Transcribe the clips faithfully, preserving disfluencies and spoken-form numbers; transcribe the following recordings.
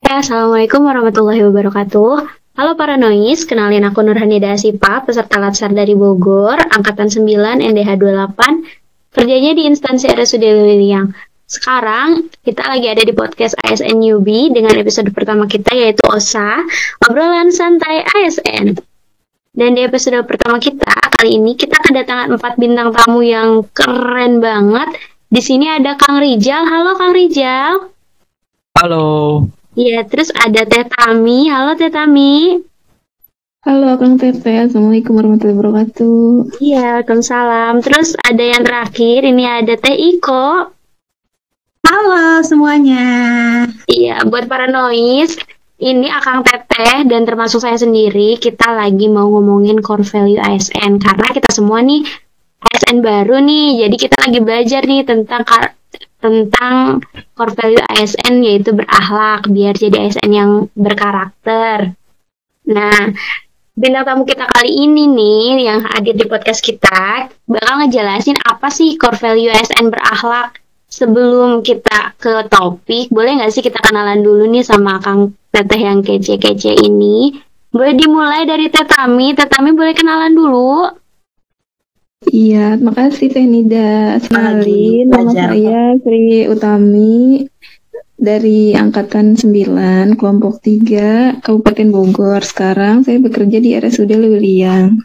Assalamualaikum warahmatullahi wabarakatuh. Halo para noise, kenalin aku Nurhanida Asipa, peserta Latsar dari Bogor, Angkatan sembilan N D H dua puluh delapan, kerjanya di instansi R S U D Lewiliang. Sekarang, kita lagi ada di podcast A S N Newbie dengan episode pertama kita yaitu O S A, obrolan santai A S N. Dan di episode pertama kita, kali ini kita kedatangan empat bintang tamu yang keren banget. Di sini ada Kang Rijal. Halo Kang Rijal. Halo. Iya, terus ada Teh Tami. Halo Teh Tami. Halo Kang Tete, Assalamualaikum warahmatullahi wabarakatuh. Iya, Waalaikumsalam. Terus ada yang terakhir, ini ada Teh Iko. Halo semuanya. Iya, buat para noise, ini Akang Teteh dan termasuk saya sendiri, kita lagi mau ngomongin core value A S N. Karena kita semua nih A S N baru nih, jadi kita lagi belajar nih tentang tentang core value A S N, yaitu berakhlak biar jadi A S N yang berkarakter. Nah, bintang tamu kita kali ini nih yang hadir di podcast kita bakal ngejelasin apa sih core value A S N berakhlak. Sebelum kita ke topik, boleh nggak sih kita kenalan dulu nih sama Kang Teteh yang kece-kece ini? Boleh dimulai dari Teh Tami. Teh Tami boleh kenalan dulu. Iya, makasih Teh Nida. Kenalin, nama saya Sri Utami dari Angkatan sembilan, Kelompok tiga, Kabupaten Bogor. Sekarang saya bekerja di R S U D Lewiliang.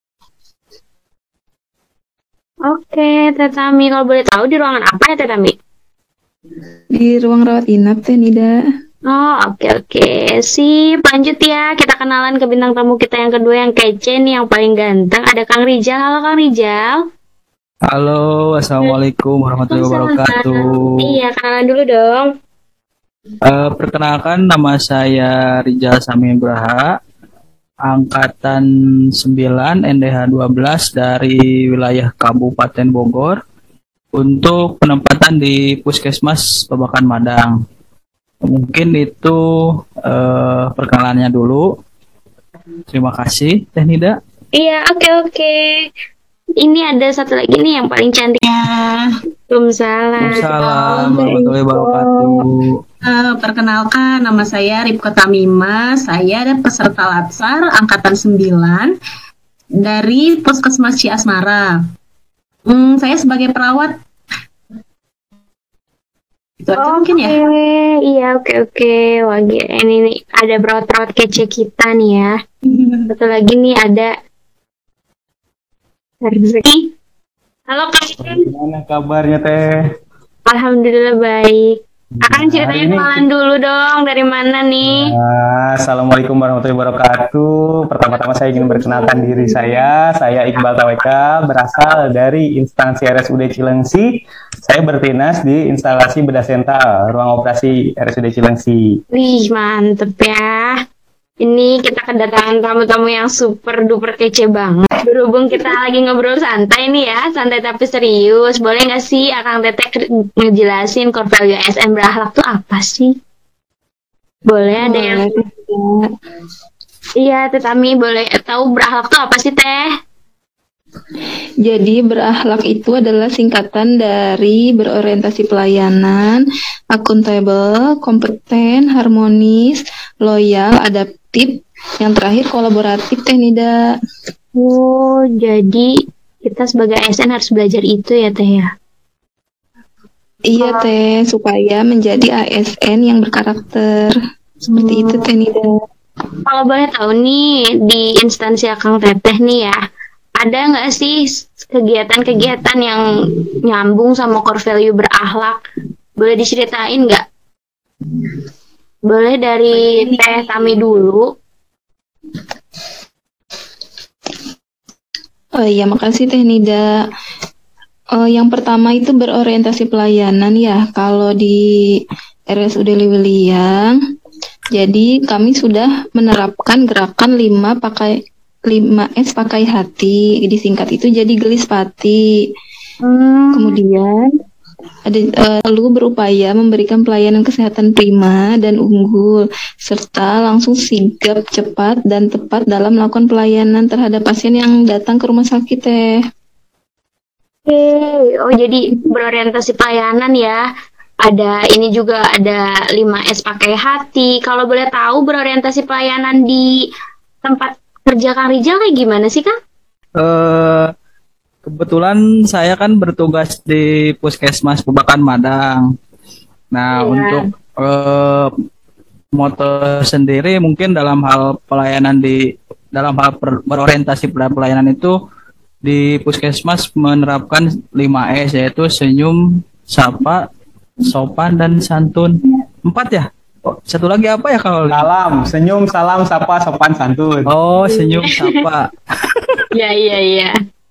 Oke, Teh Tami, kalau boleh tahu di ruangan apa ya Teh Tami? Di ruang rawat inap Teh Nida. Oh, oke oke. Sip, lanjut ya. Kita kenalan ke bintang tamu kita yang kedua yang kece nih, yang paling ganteng. Ada Kang Rijal. Halo Kang Rijal. Halo, Assalamualaikum warahmatullahi wabarakatuh. Iya, kenalan dulu dong. Uh, perkenalkan, nama saya Rijal Sami Braha, Angkatan sembilan N D H dua belas dari wilayah Kabupaten Bogor, untuk penempatan di Puskesmas Babakan Madang. Mungkin itu uh, perkenalannya dulu. Terima kasih, Teh Nida. Iya, oke okay, oke. Okay. Ini ada satu lagi nih yang paling cantik. Ya. Waalaikumsalam. Waalaikumsalam warahmatullahi wabarakatuh. Uh, perkenalkan, nama saya Ripko Tamima. Saya ada peserta Latsar Angkatan sembilan dari Puskesmas Ciasmara. Hmm, saya sebagai perawat. Itu aja oh, mungkin ya. Iya, oke okay, oke. Okay. Wah, ini nih ada perawat-perawat kece kita nih ya. Satu lagi nih ada Rezeki. Halo Kak. Gimana kabarnya Teh? Alhamdulillah baik. Akan ceritanya kenalan dulu dong, dari mana nih? Nah, Assalamualaikum warahmatullahi wabarakatuh. Pertama-tama saya ingin perkenalkan diri saya. Saya Iqbal Taweka, berasal dari instansi R S U D Cilengsi. Saya berdinas di instalasi bedah sentral, ruang operasi R S U D Cilengsi. Wih, mantep ya. Ini kita kedatangan tamu-tamu yang super duper kece banget. Berhubung kita lagi ngobrol santai nih ya, santai tapi serius. Boleh nggak sih Akang Teteh ngejelasin core value A S N berakhlak tuh apa sih? Boleh ada yang... Iya, Teh Tami, boleh tahu berakhlak tuh apa sih Teh? Jadi berakhlak itu adalah singkatan dari berorientasi pelayanan, akuntabel, kompeten, harmonis, loyal, adaptif, yang terakhir kolaboratif Teh Nida. Oh, jadi kita sebagai A S N harus belajar itu ya Teh ya? Iya Teh, supaya menjadi A S N yang berkarakter. Seperti hmm. itu Teh Nida. Kalau boleh tahu nih, di instansi Akang Teteh nih ya, ada nggak sih kegiatan-kegiatan yang nyambung sama core value berakhlak? Boleh diceritain nggak? Boleh dari Teh Tami dulu. Oh iya, makasih Teh Nida. Uh, yang pertama itu berorientasi pelayanan ya. Kalau di R S U D Lewiliang, jadi kami sudah menerapkan gerakan lima pakai lima S pakai hati, disingkat itu jadi gelis pati. Hmm. Kemudian ada uh, lalu berupaya memberikan pelayanan kesehatan prima dan unggul, serta langsung sigap, cepat dan tepat dalam melakukan pelayanan terhadap pasien yang datang ke rumah sakit Teh. Oke, oh jadi berorientasi pelayanan ya. ada ini juga ada lima S pakai hati. Kalau boleh tahu berorientasi pelayanan di tempat kerja Kang Rijal kayak gimana sih, Kang? Eh, kebetulan saya kan bertugas di Puskesmas Pubakan Madang. Nah, Iya. untuk eh, moto sendiri mungkin dalam hal pelayanan di dalam hal per- berorientasi pada pelayanan itu di Puskesmas menerapkan lima S yaitu senyum, sapa, sopan dan santun. Empat ya? Oh, satu lagi apa ya kalau Salam, senyum, salam, sapa, sopan, santun. Oh, senyum, sapa. Iya, iya, iya.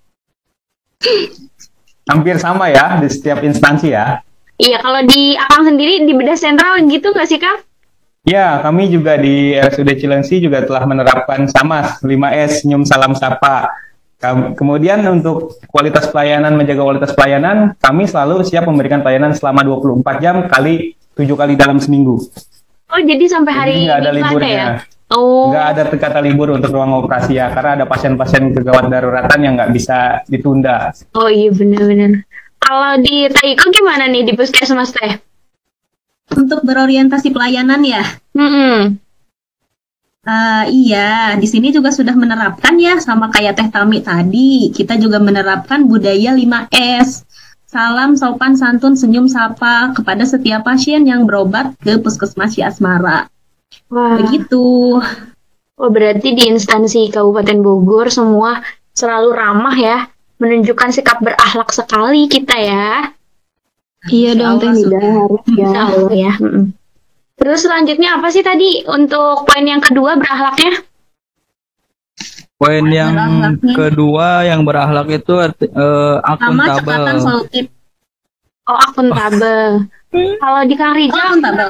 Hampir sama ya di setiap instansi ya. Iya, kalau di Akang sendiri di bedah sentral gitu nggak sih, Kang? Ya, kami juga di R S U D Cilengsi juga telah menerapkan sama lima S, senyum, salam, sapa. Kam- Kemudian untuk kualitas pelayanan, menjaga kualitas pelayanan, kami selalu siap memberikan pelayanan selama dua puluh empat jam kali tujuh kali dalam seminggu. Oh, jadi sampai hari Jadi nggak ada Minggu liburnya. ya? Oh, Nggak ada kata libur untuk ruang operasi ya, karena ada pasien-pasien kegawat daruratan yang nggak bisa ditunda. oh iya benar-benar. Kalau di Taiko gimana nih di Puskesmas teh? Untuk berorientasi pelayanan ya. Hmm, Eh, iya, di sini juga sudah menerapkan ya, sama kayak Teh Tami tadi. Kita juga menerapkan budaya lima S. Salam, sopan, santun, senyum, sapa kepada setiap pasien yang berobat ke Puskesmas Asmara. wah. Begitu. Oh, berarti di instansi Kabupaten Bogor semua selalu ramah ya, menunjukkan sikap berakhlak sekali kita ya. Iya dong Teh Insya Nida, Allah harus Insya ya. Allah ya. Mm-mm. Terus selanjutnya apa sih tadi untuk poin yang kedua berakhlaknya? Poin yang Berakhlaknya. kedua yang berakhlak itu arti- eh, Sama cekatan akuntabel. solutif. Oh, akuntabel. Kalau di Kang Oh, Rijal, akuntabel.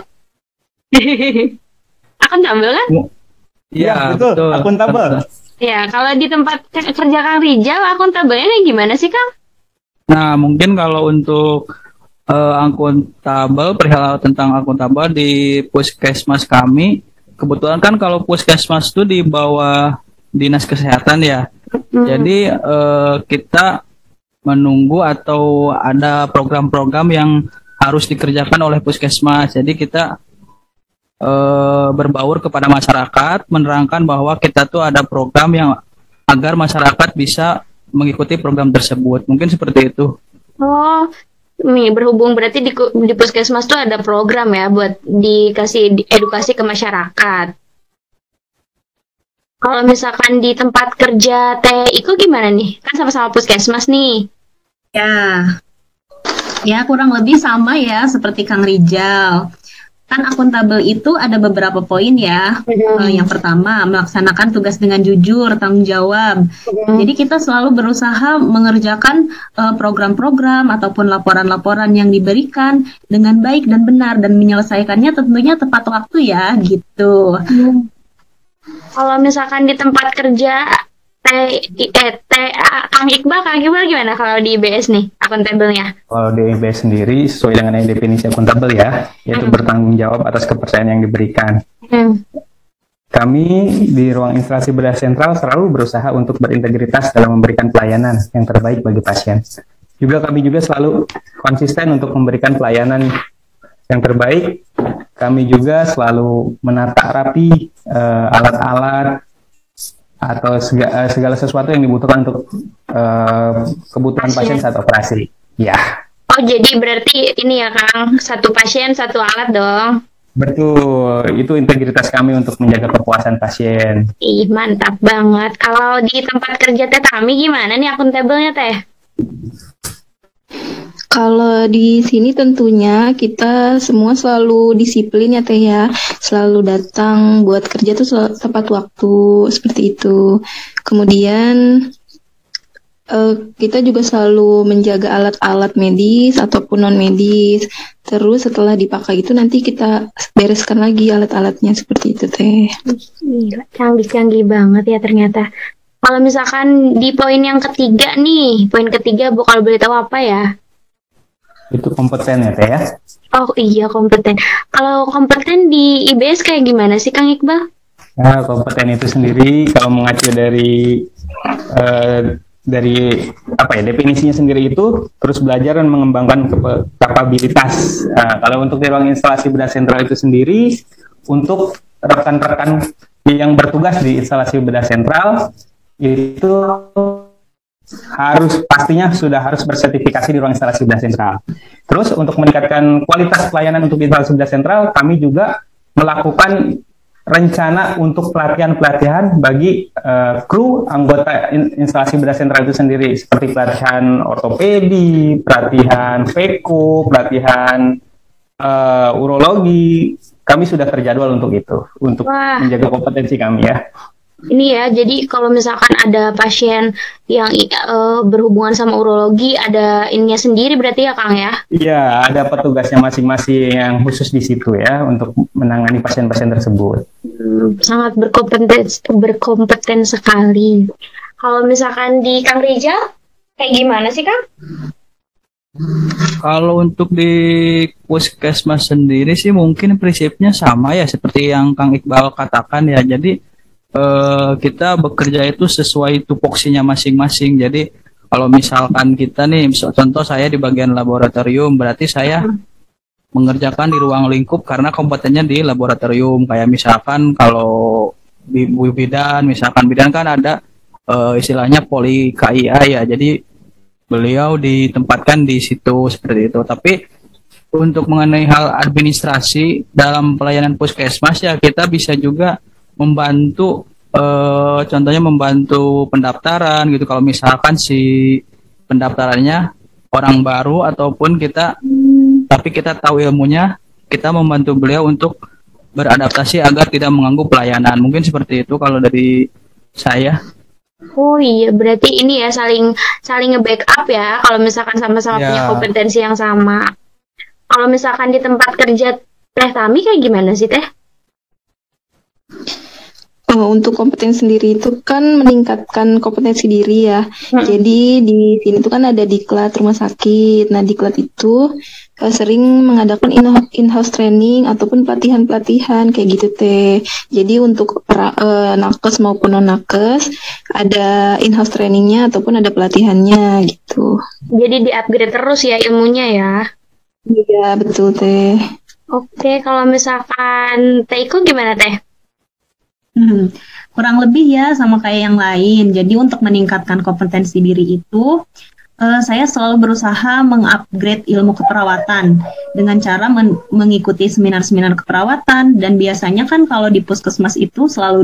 akuntabel kan? Iya, betul, akuntabel. Ya, kalau di tempat ke- kerja Kang Rijal, akuntabelnya kayak gimana sih, Kang? Nah, mungkin kalau untuk eh, akuntabel, perihal tentang akuntabel di puskesmas kami, kebetulan kan kalau puskesmas itu di bawah dinas kesehatan ya. Hmm. Jadi eh, kita menunggu atau ada program-program yang harus dikerjakan oleh puskesmas. Jadi kita eh, berbaur kepada masyarakat, menerangkan bahwa kita tuh ada program yang agar masyarakat bisa mengikuti program tersebut. Mungkin seperti itu. Oh, nih berhubung berarti di, di puskesmas tuh ada program ya buat dikasih di- edukasi ke masyarakat. Kalau misalkan di tempat kerja Teh Iko gimana nih? Kan sama-sama puskesmas nih. Ya, ya kurang lebih sama ya seperti Kang Rijal. Kan akuntabel itu ada beberapa poin ya. Eh, yang pertama, melaksanakan tugas dengan jujur, tanggung jawab. Jadi kita selalu berusaha mengerjakan eh, program-program ataupun laporan-laporan yang diberikan dengan baik dan benar dan menyelesaikannya tentunya tepat waktu ya, gitu. Kalau misalkan di tempat kerja Teh eh, Teh ah, Kang Iqbal, Kang Iqbal gimana kalau di I B S nih akuntabelnya? Kalau di I B S sendiri sesuai dengan yang definisi akuntabel ya, yaitu Hmm. bertanggung jawab atas kepercayaan yang diberikan. Hmm. Kami di ruang instalasi bedah sentral selalu berusaha untuk berintegritas dalam memberikan pelayanan yang terbaik bagi pasien. Juga kami juga selalu konsisten untuk memberikan pelayanan yang terbaik. Kami juga selalu menata rapi eh, alat-alat atau segala, segala sesuatu yang dibutuhkan untuk eh, kebutuhan pasien Pasien. saat operasi. Ya, Oh, jadi berarti ini ya Kang, satu pasien satu alat dong. betul. Itu integritas kami untuk menjaga kepuasan pasien. Ih, mantap banget. Kalau di tempat kerja Teh Tami gimana nih akuntabelnya Teh? Kalau di sini tentunya kita semua selalu disiplin ya Teh ya, selalu datang buat kerja tuh sel- tepat waktu seperti itu. Kemudian eh, kita juga selalu menjaga alat-alat medis ataupun non medis. Terus setelah dipakai itu nanti kita bereskan lagi alat-alatnya seperti itu Teh. Gila, canggih-canggih banget ya ternyata. Kalau misalkan di poin yang ketiga nih, poin ketiga Bu kalau boleh tahu apa ya? Itu kompeten ya, Teh ya. Oh iya kompeten. Kalau kompeten di I B S kayak gimana sih Kang Iqbal? Nah, kompeten itu sendiri kalau mengacu dari eh, dari apa ya definisinya sendiri itu terus belajar dan mengembangkan kepe- kapabilitas. Nah, kalau untuk di ruang instalasi bedah sentral itu sendiri, untuk rekan-rekan yang bertugas di instalasi bedah sentral itu harus pastinya sudah harus bersertifikasi di ruang instalasi bedah sentral. Terus untuk meningkatkan kualitas pelayanan untuk instalasi bedah sentral, kami juga melakukan rencana untuk pelatihan-pelatihan bagi uh, kru anggota in- instalasi bedah sentral itu sendiri, seperti pelatihan ortopedi, pelatihan veko, pelatihan uh, urologi. Kami sudah terjadwal untuk itu, untuk Wah. menjaga kompetensi kami ya. Ini ya, jadi kalau misalkan ada pasien yang uh, berhubungan sama urologi, ada ininya sendiri berarti ya Kang ya? Iya, ada petugasnya masing-masing yang khusus di situ ya untuk menangani pasien-pasien tersebut. Hmm, sangat berkompeten berkompeten sekali. Kalau misalkan di Kang Rizal, kayak gimana sih Kang? Kalau untuk di puskesmas sendiri sih mungkin prinsipnya sama ya seperti yang Kang Iqbal katakan ya. Jadi eh, kita bekerja itu sesuai tupoksinya masing-masing. Jadi kalau misalkan kita nih, misal- contoh saya di bagian laboratorium, berarti saya mengerjakan di ruang lingkup karena kompetennya di laboratorium. Kayak misalkan kalau di Bu bidan, misalkan bidan kan ada eh, istilahnya poli K I A ya. Jadi beliau ditempatkan di situ seperti itu. Tapi untuk mengenai hal administrasi dalam pelayanan puskesmas ya kita bisa juga membantu eh, contohnya membantu pendaftaran gitu kalau misalkan si pendaftarannya orang baru ataupun kita tapi kita tahu ilmunya, kita membantu beliau untuk beradaptasi agar tidak mengganggu pelayanan. Mungkin seperti itu kalau dari saya. Oh iya, berarti ini ya saling saling nge-backup ya kalau misalkan sama-sama Ya. punya kompetensi yang sama. Kalau misalkan di tempat kerja Teh Tami kayak gimana sih Teh? Oh, untuk kompetensi sendiri itu kan meningkatkan kompetensi diri ya. Hmm. Jadi di sini tuh kan ada diklat rumah sakit. Nah, diklat itu eh, sering mengadakan in- in-house training ataupun pelatihan-pelatihan kayak gitu teh. Jadi untuk pra- eh, nakes maupun non nakes ada in-house trainingnya ataupun ada pelatihannya gitu. Jadi di-upgrade terus ya ilmunya ya. Iya betul teh. Oke, kalau misalkan Teh Iko gimana Teh? Hmm, kurang lebih ya sama kayak yang lain. Jadi untuk meningkatkan kompetensi diri itu, eh, saya selalu berusaha mengupgrade ilmu keperawatan dengan cara men- mengikuti seminar-seminar keperawatan. Dan biasanya kan kalau di puskesmas itu selalu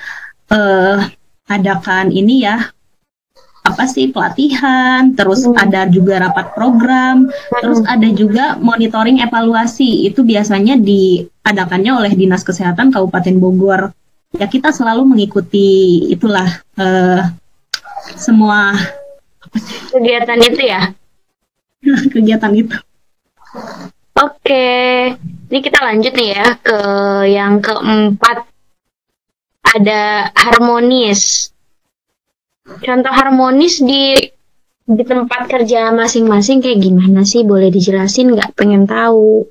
diadakan ini ya, apa sih pelatihan, terus Hmm. ada juga rapat program, terus ada juga monitoring evaluasi. Itu biasanya diadakannya oleh Dinas Kesehatan Kabupaten Bogor. Ya kita selalu mengikuti itulah eh, semua Kegiatan itu ya? kegiatan itu. Oke, ini kita lanjut nih ya ke yang keempat. Ada harmonis. Contoh harmonis di di tempat kerja masing-masing kayak gimana sih? Boleh dijelasin nggak? Pengen tahu.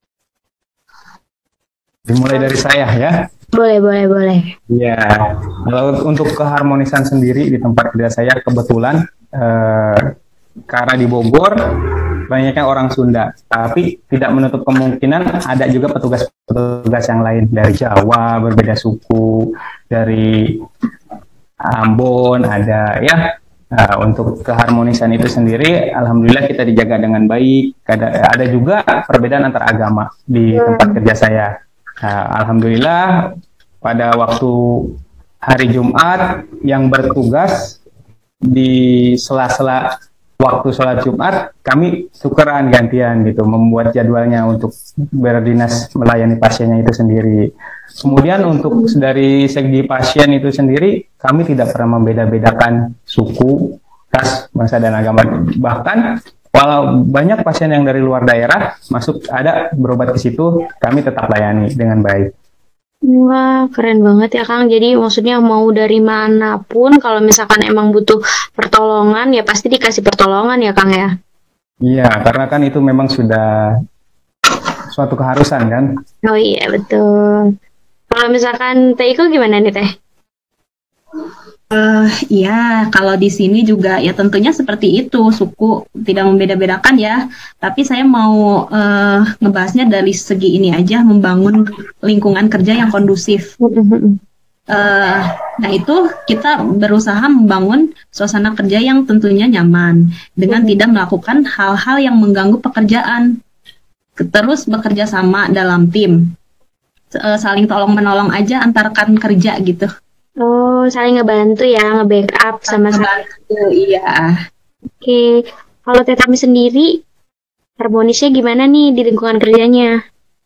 Dimulai dari saya ya. Boleh, boleh, boleh. Iya, kalau untuk keharmonisan sendiri di tempat kerja saya kebetulan eh, karena di Bogor banyaknya orang Sunda, tapi tidak menutup kemungkinan ada juga petugas-petugas yang lain dari Jawa, berbeda suku, dari Ambon ada ya. Nah, untuk keharmonisan itu sendiri, alhamdulillah kita dijaga dengan baik. Ada, ada juga perbedaan antar agama di tempat kerja saya. Nah, alhamdulillah pada waktu hari Jumat yang bertugas di sela-sela waktu sholat Jumat kami tukeran gantian gitu membuat jadwalnya untuk berdinas melayani pasiennya itu sendiri. Kemudian untuk dari segi pasien itu sendiri kami tidak pernah membeda-bedakan suku, ras, bangsa dan agama. Bahkan walau banyak pasien yang dari luar daerah masuk ada berobat ke situ, kami tetap layani dengan baik. Wah, keren banget ya Kang. Jadi maksudnya mau dari manapun kalau misalkan emang butuh pertolongan ya pasti dikasih pertolongan ya Kang ya. Iya, karena kan itu memang sudah suatu keharusan kan. Oh iya betul. Kalau misalkan Teh Iko gimana nih Teh? Eh, Iya, kalau di sini juga ya tentunya seperti itu, suku tidak membeda-bedakan ya. Tapi saya mau eh, ngebahasnya dari segi ini aja, membangun lingkungan kerja yang kondusif. Eh, nah itu kita berusaha membangun suasana kerja yang tentunya nyaman dengan tidak melakukan hal-hal yang mengganggu pekerjaan. Terus bekerja sama dalam tim, Eh, saling tolong menolong aja antar rekan kerja gitu. Oh, saling ngebantu ya, nge-backup sama-sama. Ngebantu, iya. Oke, kalau Tetami sendiri, harmonisnya gimana nih di lingkungan kerjanya?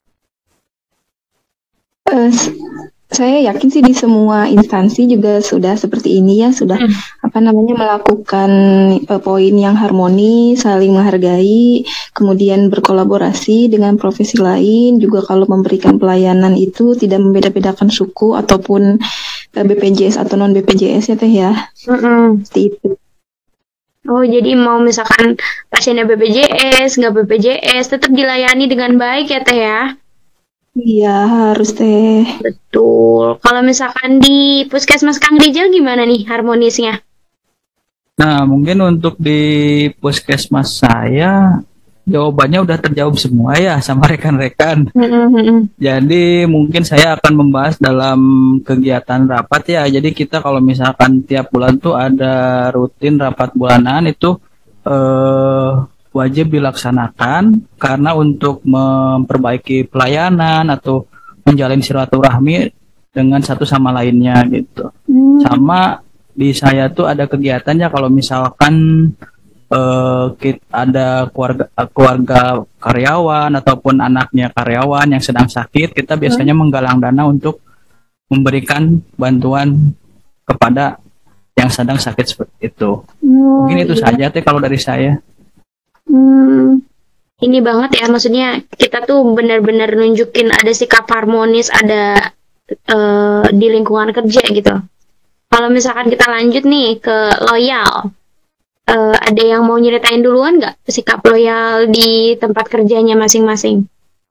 Eh, s- saya yakin sih di semua instansi juga sudah seperti ini ya, sudah Hmm. apa namanya melakukan eh, poin yang harmonis, saling menghargai, kemudian berkolaborasi dengan profesi lain, juga kalau memberikan pelayanan itu tidak membeda-bedakan suku ataupun eh, B P J S atau non B P J S ya Teh ya, Mm-mm. seperti itu. Oh, jadi mau misalkan pasiennya B P J S, nggak B P J S, tetap dilayani dengan baik ya Teh ya? Iya, harus Teh. Betul. Kalau misalkan di Puskesmas Kang Rijal gimana nih harmonisnya? Nah, mungkin untuk di puskesmas saya jawabannya udah terjawab semua ya sama rekan-rekan. Mm-mm. Jadi mungkin saya akan membahas dalam kegiatan rapat ya. Jadi kita kalau misalkan tiap bulan tuh ada rutin rapat bulanan itu eh, wajib dilaksanakan karena untuk memperbaiki pelayanan atau menjalin silaturahmi dengan satu sama lainnya gitu. Hmm. Sama di saya tuh ada kegiatannya kalau misalkan eh, kit- ada keluarga keluarga karyawan ataupun anaknya karyawan yang sedang sakit, kita biasanya menggalang dana untuk memberikan bantuan kepada yang sedang sakit seperti itu. Oh, Mungkin itu iya. saja teh kalau dari saya. Hmm, ini banget ya, maksudnya kita tuh benar-benar nunjukin ada sikap harmonis, ada eh, di lingkungan kerja gitu. Kalau misalkan kita lanjut nih ke loyal, eh, ada yang mau nyeritain duluan nggak sikap loyal di tempat kerjanya masing-masing?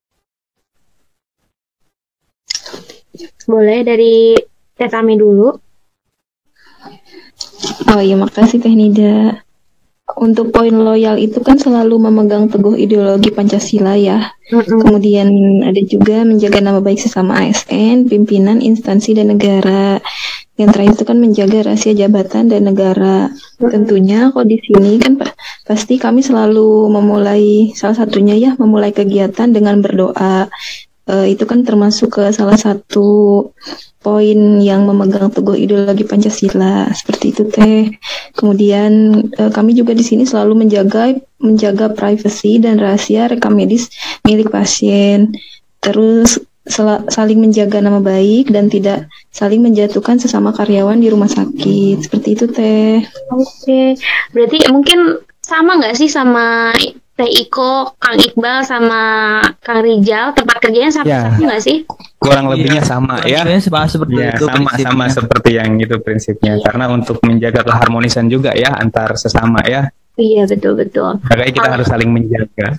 Boleh dari Tetami dulu. Oh iya, makasih Teh Nida. Untuk poin loyal itu kan selalu memegang teguh ideologi Pancasila ya. Mm-mm. Kemudian ada juga menjaga nama baik sesama A S N, pimpinan, instansi, dan negara. Yang terakhir itu kan menjaga rahasia jabatan dan negara. Tentunya kalau di sini kan pa- pasti kami selalu memulai salah satunya ya memulai kegiatan dengan berdoa. Eh, itu kan termasuk ke salah satu poin yang memegang teguh ideologi Pancasila seperti itu Teh. Kemudian eh, kami juga di sini selalu menjaga menjaga privasi dan rahasia rekam medis milik pasien. Terus sela- saling menjaga nama baik dan tidak saling menjatuhkan sesama karyawan di rumah sakit. Seperti itu Teh. Oke, berarti mungkin sama nggak sih sama Teh Iko, Kang Iqbal, sama Kang Rijal, tempat kerjanya sama Ya. nggak sih? Kurang lebihnya sama ya. Sebenarnya sama seperti Ya, itu sama-sama prinsipnya. seperti yang itu prinsipnya. Karena untuk menjaga keharmonisan juga ya antar sesama ya. Iya, betul-betul. Makanya kita harus saling menjaga.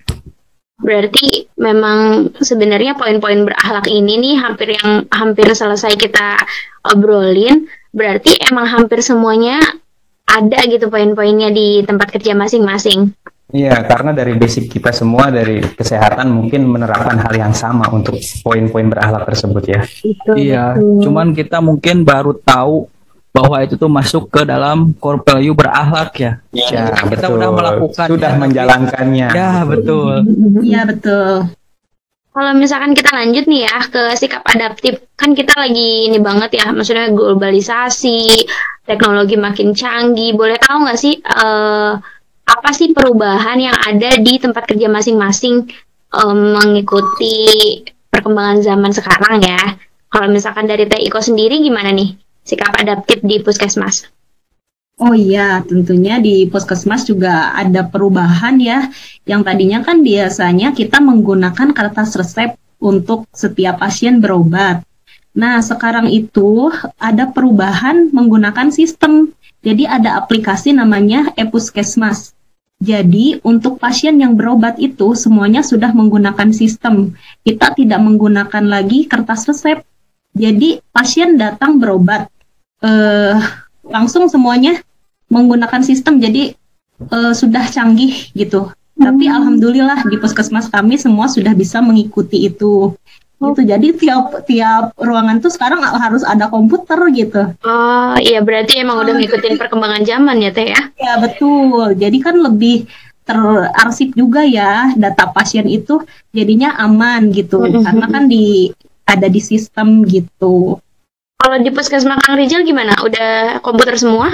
Berarti memang sebenarnya poin-poin berakhlak ini nih hampir yang hampir selesai kita obrolin. Berarti emang hampir semuanya ada gitu poin-poinnya di tempat kerja masing-masing. Iya, karena dari basic kita semua dari kesehatan mungkin menerapkan hal yang sama untuk poin-poin berakhlak tersebut ya. Itu Iya, betul. cuman kita mungkin baru tahu bahwa itu tuh masuk ke dalam core value berakhlak ya. Ya, kita betul. udah melakukannya, Sudah tapi- menjalankannya. Ya, betul. Iya betul. Kalau misalkan kita lanjut nih ya ke sikap adaptif, kan kita lagi ini banget ya, maksudnya globalisasi, teknologi makin canggih. Boleh tahu nggak sih eh, apa sih perubahan yang ada di tempat kerja masing-masing eh, mengikuti perkembangan zaman sekarang ya? Kalau misalkan dari Teh Iko sendiri gimana nih sikap adaptif di puskesmas? Oh iya, tentunya di puskesmas juga ada perubahan ya. Yang tadinya kan biasanya kita menggunakan kertas resep untuk setiap pasien berobat. Nah, sekarang itu ada perubahan menggunakan sistem. Jadi ada aplikasi namanya e-puskesmas. Jadi untuk pasien yang berobat itu semuanya sudah menggunakan sistem. Kita tidak menggunakan lagi kertas resep. Jadi pasien datang berobat. Eh langsung semuanya menggunakan sistem, jadi uh, sudah canggih gitu. Hmm. Tapi alhamdulillah di puskesmas kami semua sudah bisa mengikuti itu. Gitu. Jadi tiap tiap ruangan tuh sekarang harus ada komputer gitu. Oh iya, berarti emang udah ngikutin perkembangan zaman ya Teh ya? Ya betul. Jadi kan lebih terarsip juga ya data pasien itu, jadinya aman gitu. Mm-hmm. Karena kan di ada di sistem gitu. Kalau di puskesmas Kang Rijal gimana? Udah komputer semua?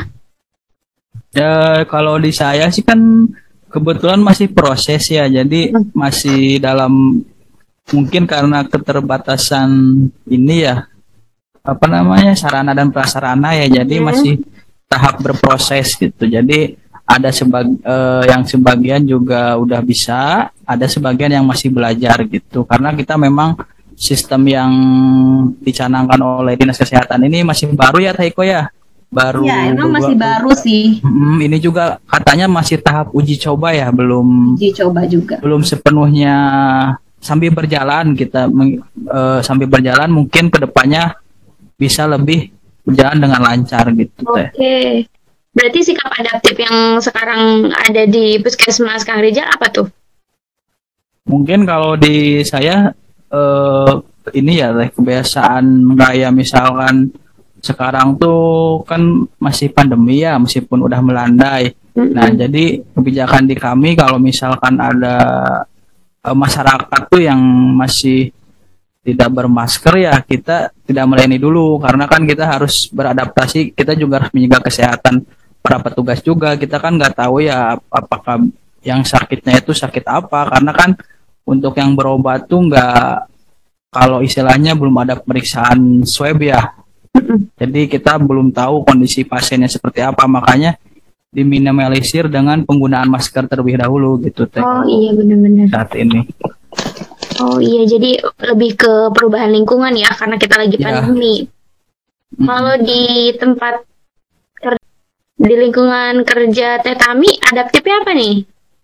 Ya kalau di saya sih kan kebetulan masih proses ya, jadi mm. masih dalam, mungkin karena keterbatasan ini ya, apa namanya, sarana dan prasarana ya, jadi hmm. masih tahap berproses gitu. Jadi ada sebag eh, yang sebagian juga udah bisa, ada sebagian yang masih belajar gitu. Karena kita memang sistem yang dicanangkan oleh Dinas Kesehatan ini masih baru ya Taiko ya. Baru. Ya, emang masih baru sih. Hmm, ini juga katanya masih tahap uji coba ya, belum uji coba juga. Belum sepenuhnya. Sambil berjalan kita uh, sambil berjalan mungkin kedepannya bisa lebih berjalan dengan lancar gitu. Oke, okay. Berarti sikap adaptif yang sekarang ada di puskesmas Kang Rijal apa tuh? Mungkin kalau di saya uh, ini ya kebiasaan kayak misalkan sekarang tuh kan masih pandemi ya, meskipun udah melandai. Mm-hmm. Nah jadi kebijakan di kami kalau misalkan ada masyarakat tuh yang masih tidak bermasker ya kita tidak melayani dulu, karena kan kita harus beradaptasi, kita juga harus menjaga kesehatan para petugas juga. Kita kan nggak tahu ya apakah yang sakitnya itu sakit apa, karena kan untuk yang berobat tuh nggak, kalau istilahnya belum ada pemeriksaan swab ya, jadi kita belum tahu kondisi pasiennya seperti apa, makanya diminimalisir dengan penggunaan masker terlebih dahulu gitu Teh. Oh iya benar-benar. Saat ini. Oh iya, jadi lebih ke perubahan lingkungan ya, karena kita lagi ya. pandemi. Mm-hmm. Kalau di tempat kerja, di lingkungan kerja Teh Tami, adaptifnya apa nih?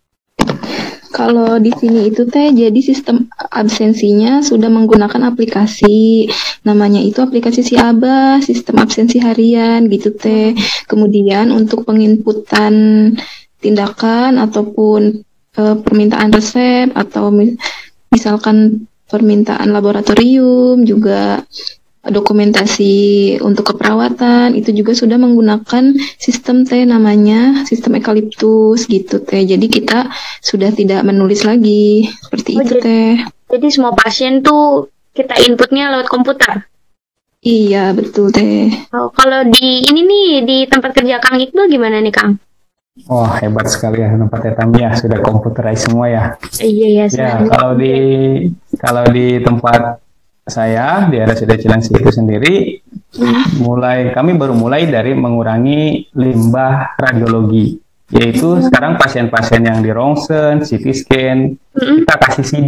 Kalau di sini itu Teh, jadi sistem absensinya sudah menggunakan aplikasi, namanya itu aplikasi Siaba, sistem absensi harian gitu Teh. Kemudian untuk penginputan tindakan ataupun e, permintaan resep atau mi- misalkan permintaan laboratorium, juga dokumentasi untuk keperawatan itu juga sudah menggunakan sistem Teh, namanya sistem Eukaliptus gitu Teh. Jadi kita sudah tidak menulis lagi seperti oh, itu jadi, Teh. Jadi semua pasien tuh kita inputnya lewat komputer. Iya betul Teh. Oh, kalau di ini nih di tempat kerja Kang Iqbal gimana nih Kang? Oh hebat sekali ya tempat Tami ya, sudah komputerized semua ya. Iya ya. Ya kalau di kalau di tempat saya di R S U D Cilengsi itu sendiri, hmm. mulai kami baru mulai dari mengurangi limbah radiologi, yaitu hmm. sekarang pasien-pasien yang di rongsen, C T scan, hmm. kita kasih C D.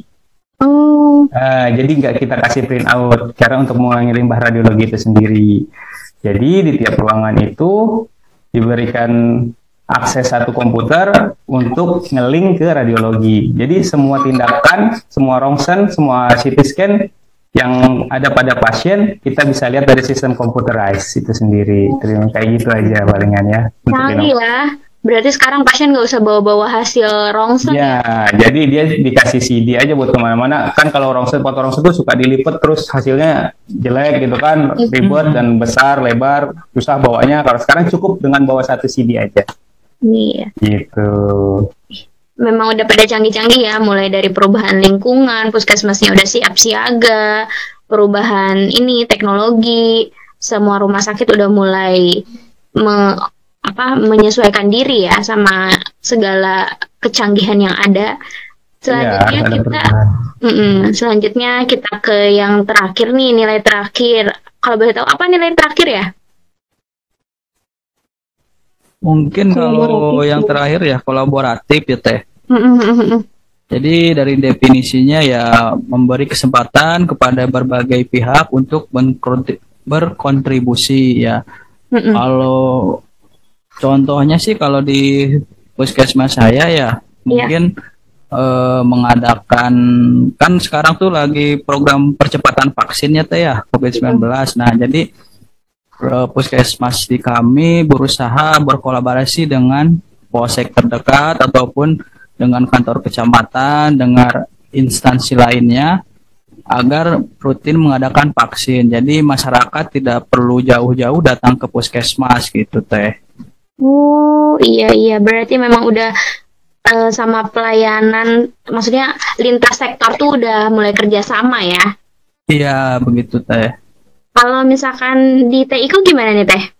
Oh. Uh, jadi nggak kita kasih print out, cara untuk mengurangi limbah radiologi itu sendiri. Jadi di tiap ruangan itu diberikan akses satu komputer untuk nge-link ke radiologi. Jadi semua tindakan, semua rongsen, semua C T scan yang ada pada pasien kita bisa lihat dari sistem computerized itu sendiri. Terima kayak gitu aja palingan ya. Canggih ya. Berarti sekarang pasien nggak usah bawa-bawa hasil rongsen ya, ya? Jadi dia dikasih C D aja buat kemana-mana. Kan kalau rongsen, foto rongsen tuh suka dilipet terus hasilnya jelek gitu kan, ribet dan besar, lebar, susah bawanya. Kalau sekarang cukup dengan bawa satu C D aja. Iya. Gitu. Memang udah pada canggih-canggih ya, mulai dari perubahan lingkungan, puskesmasnya udah siap siaga, perubahan ini teknologi, semua rumah sakit udah mulai me, apa menyesuaikan diri ya sama segala kecanggihan yang ada. Selanjutnya ya, kita selanjutnya kita ke yang terakhir nih, nilai terakhir. Kalau boleh tahu apa nilai terakhir ya? Mungkin kalau yang terakhir ya kolaboratif ya Teh. Jadi dari definisinya ya memberi kesempatan kepada berbagai pihak untuk berkontribusi ya. Mm-mm. Kalau contohnya sih kalau di puskesmas saya ya mungkin yeah. eh, mengadakan, kan sekarang tuh lagi program percepatan vaksinnya Teh ya covid sembilan belas. Mm-hmm. Nah jadi eh, puskesmas di kami berusaha berkolaborasi dengan polsek terdekat ataupun dengan kantor kecamatan, dengan instansi lainnya agar rutin mengadakan vaksin. Jadi masyarakat tidak perlu jauh-jauh datang ke puskesmas gitu teh. Oh iya iya, berarti memang udah eh, sama pelayanan, maksudnya lintas sektor tuh udah mulai kerjasama ya. Iya begitu teh. Kalau misalkan di T I K gimana nih Teh?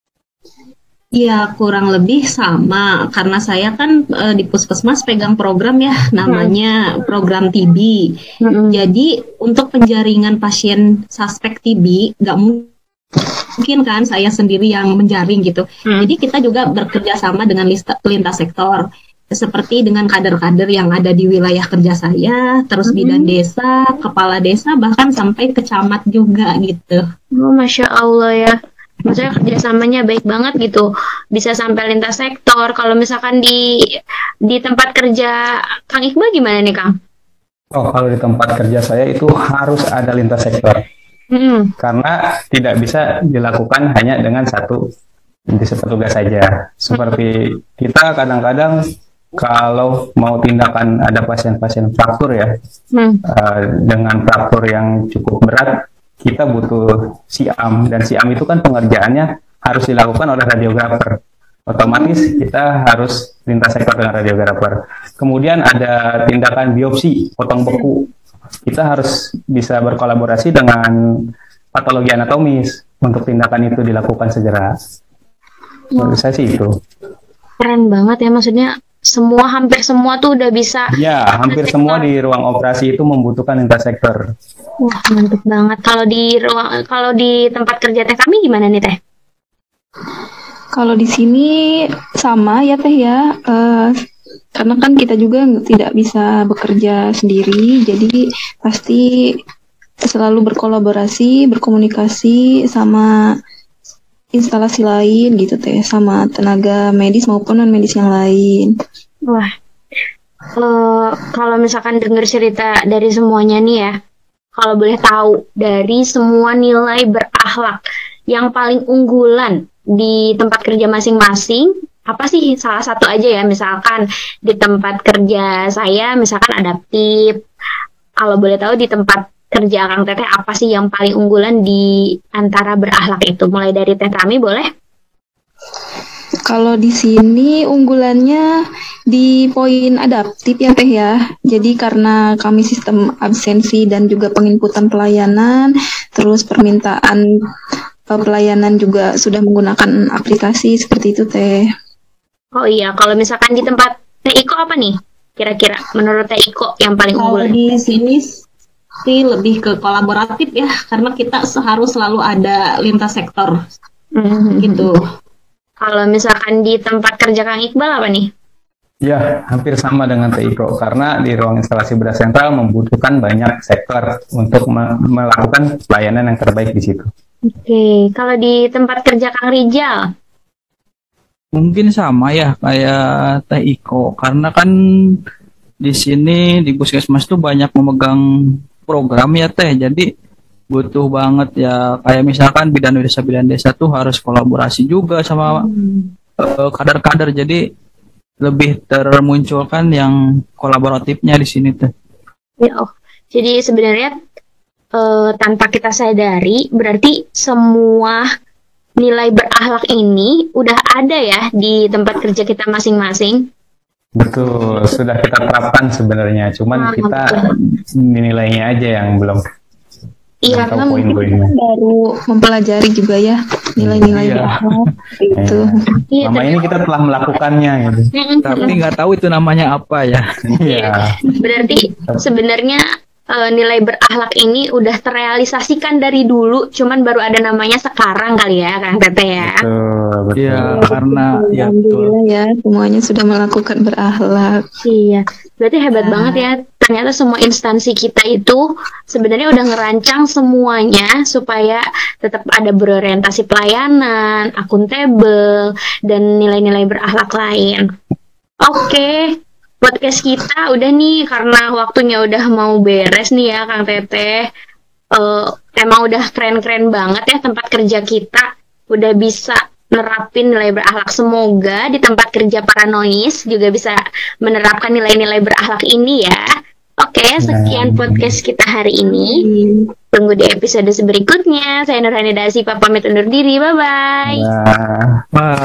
Ya, kurang lebih sama karena saya kan eh, di Puskesmas pegang program ya namanya program T B. Mm-mm. Jadi untuk penjaringan pasien suspek T B nggak mungkin kan saya sendiri yang menjaring gitu. Hmm. Jadi kita juga bekerja sama dengan lista, lintas sektor seperti dengan kader-kader yang ada di wilayah kerja saya, terus bidan desa, kepala desa, bahkan sampai ke camat juga gitu. Oh, Masya Allah ya. Maksudnya kerjasamanya baik banget gitu. Bisa sampai lintas sektor. Kalau misalkan di di tempat kerja Kang Iqbal gimana nih Kang? Oh, kalau di tempat kerja saya itu harus ada lintas sektor. Hmm. Karena tidak bisa dilakukan hanya dengan satu jenis petugas saja. Seperti kita kadang-kadang kalau mau tindakan ada pasien-pasien fraktur ya, Hmm. uh, dengan fraktur yang cukup berat, kita butuh siam, dan siam itu kan pengerjaannya harus dilakukan oleh radiografer. Otomatis kita harus lintas sektor dengan radiografer. Kemudian ada tindakan biopsi, potong beku. Kita harus bisa berkolaborasi dengan patologi anatomis untuk tindakan itu dilakukan segera. Menurut saya sih itu. Keren banget ya, maksudnya semua hampir semua tuh udah bisa. Ya, hampir semua di ruang operasi itu membutuhkan lintas sektor. Wah, mantep banget. Kalau di ruang, kalau di tempat kerja Teh kami gimana nih Teh? Kalau di sini sama ya Teh ya, eh, karena kan kita juga nggak- tidak bisa bekerja sendiri, jadi pasti selalu berkolaborasi, berkomunikasi sama instalasi lain gitu Teh, sama tenaga medis maupun non medis yang lain. Wah, eh, kalau misalkan dengar cerita dari semuanya nih ya, kalau boleh tahu dari semua nilai berakhlak yang paling unggulan di tempat kerja masing-masing, apa sih salah satu aja ya, misalkan di tempat kerja saya misalkan adaptif. Kalau boleh tahu di tempat kerja Kang Teteh apa sih yang paling unggulan di antara berakhlak itu? Mulai dari Teh Tami boleh? Kalau di sini unggulannya di poin adaptif ya Teh ya. Jadi karena kami sistem absensi dan juga penginputan pelayanan, terus permintaan eh, pelayanan juga sudah menggunakan aplikasi seperti itu Teh. Oh iya, kalau misalkan di tempat Teh Iko apa nih? Kira-kira menurut Teh Iko yang paling Kalau unggulan? di sini sih lebih ke kolaboratif ya, karena kita harus selalu ada lintas sektor Mhm. gitu. Kalau misalkan di tempat kerja Kang Iqbal apa nih? Ya, hampir sama dengan T I K O, karena di ruang instalasi bedah sentral membutuhkan banyak sektor untuk me- melakukan pelayanan yang terbaik di situ. Oke, kalau di tempat kerja Kang Rijal, Mungkin sama ya kayak Teh Iko, karena kan di sini di puskesmas tuh banyak memegang program ya Teh, jadi butuh banget ya kayak misalkan bidan desa bidan desa tuh harus kolaborasi juga sama eh, kader-kader, jadi lebih termunculkan yang kolaboratifnya di sini Teh. ya oh, jadi sebenarnya eh, tanpa kita sadari, berarti semua nilai berakhlak ini udah ada ya di tempat kerja kita masing-masing. Betul, sudah kita terapkan sebenarnya, cuman Ah, kita nilainya aja yang belum Iya, tahu Karena mungkin poin-poinnya. kita baru mempelajari juga ya nilai-nilai Iya. berakhlak itu. iya, Selama ini kita telah melakukannya gitu. Mm-mm. Tapi nggak tahu itu namanya apa ya. Iya. Berarti sebenarnya eh, nilai berakhlak ini udah terrealisasikan dari dulu, cuman baru ada namanya sekarang kali ya, Kang Tete ya. Betul, betul. Iya, karena ya betul. Alhamdulillah ya semuanya sudah melakukan berakhlak. Iya, berarti hebat Nah. banget ya. Ternyata semua instansi kita itu sebenarnya udah ngerancang semuanya supaya tetap ada berorientasi pelayanan, akuntabel, dan nilai-nilai berakhlak lain. Oke, podcast kita udah nih karena waktunya udah mau beres nih ya Kang Teteh. Eh, emang udah keren-keren banget ya tempat kerja kita. udah bisa nerapin nilai berakhlak. Semoga di tempat kerja para noise juga bisa menerapkan nilai-nilai berakhlak ini ya. Oke, sekian podcast kita hari ini. Tunggu di episode berikutnya. Saya Nurhani Dasipa pamit undur diri. Bye-bye. Nah. Bye.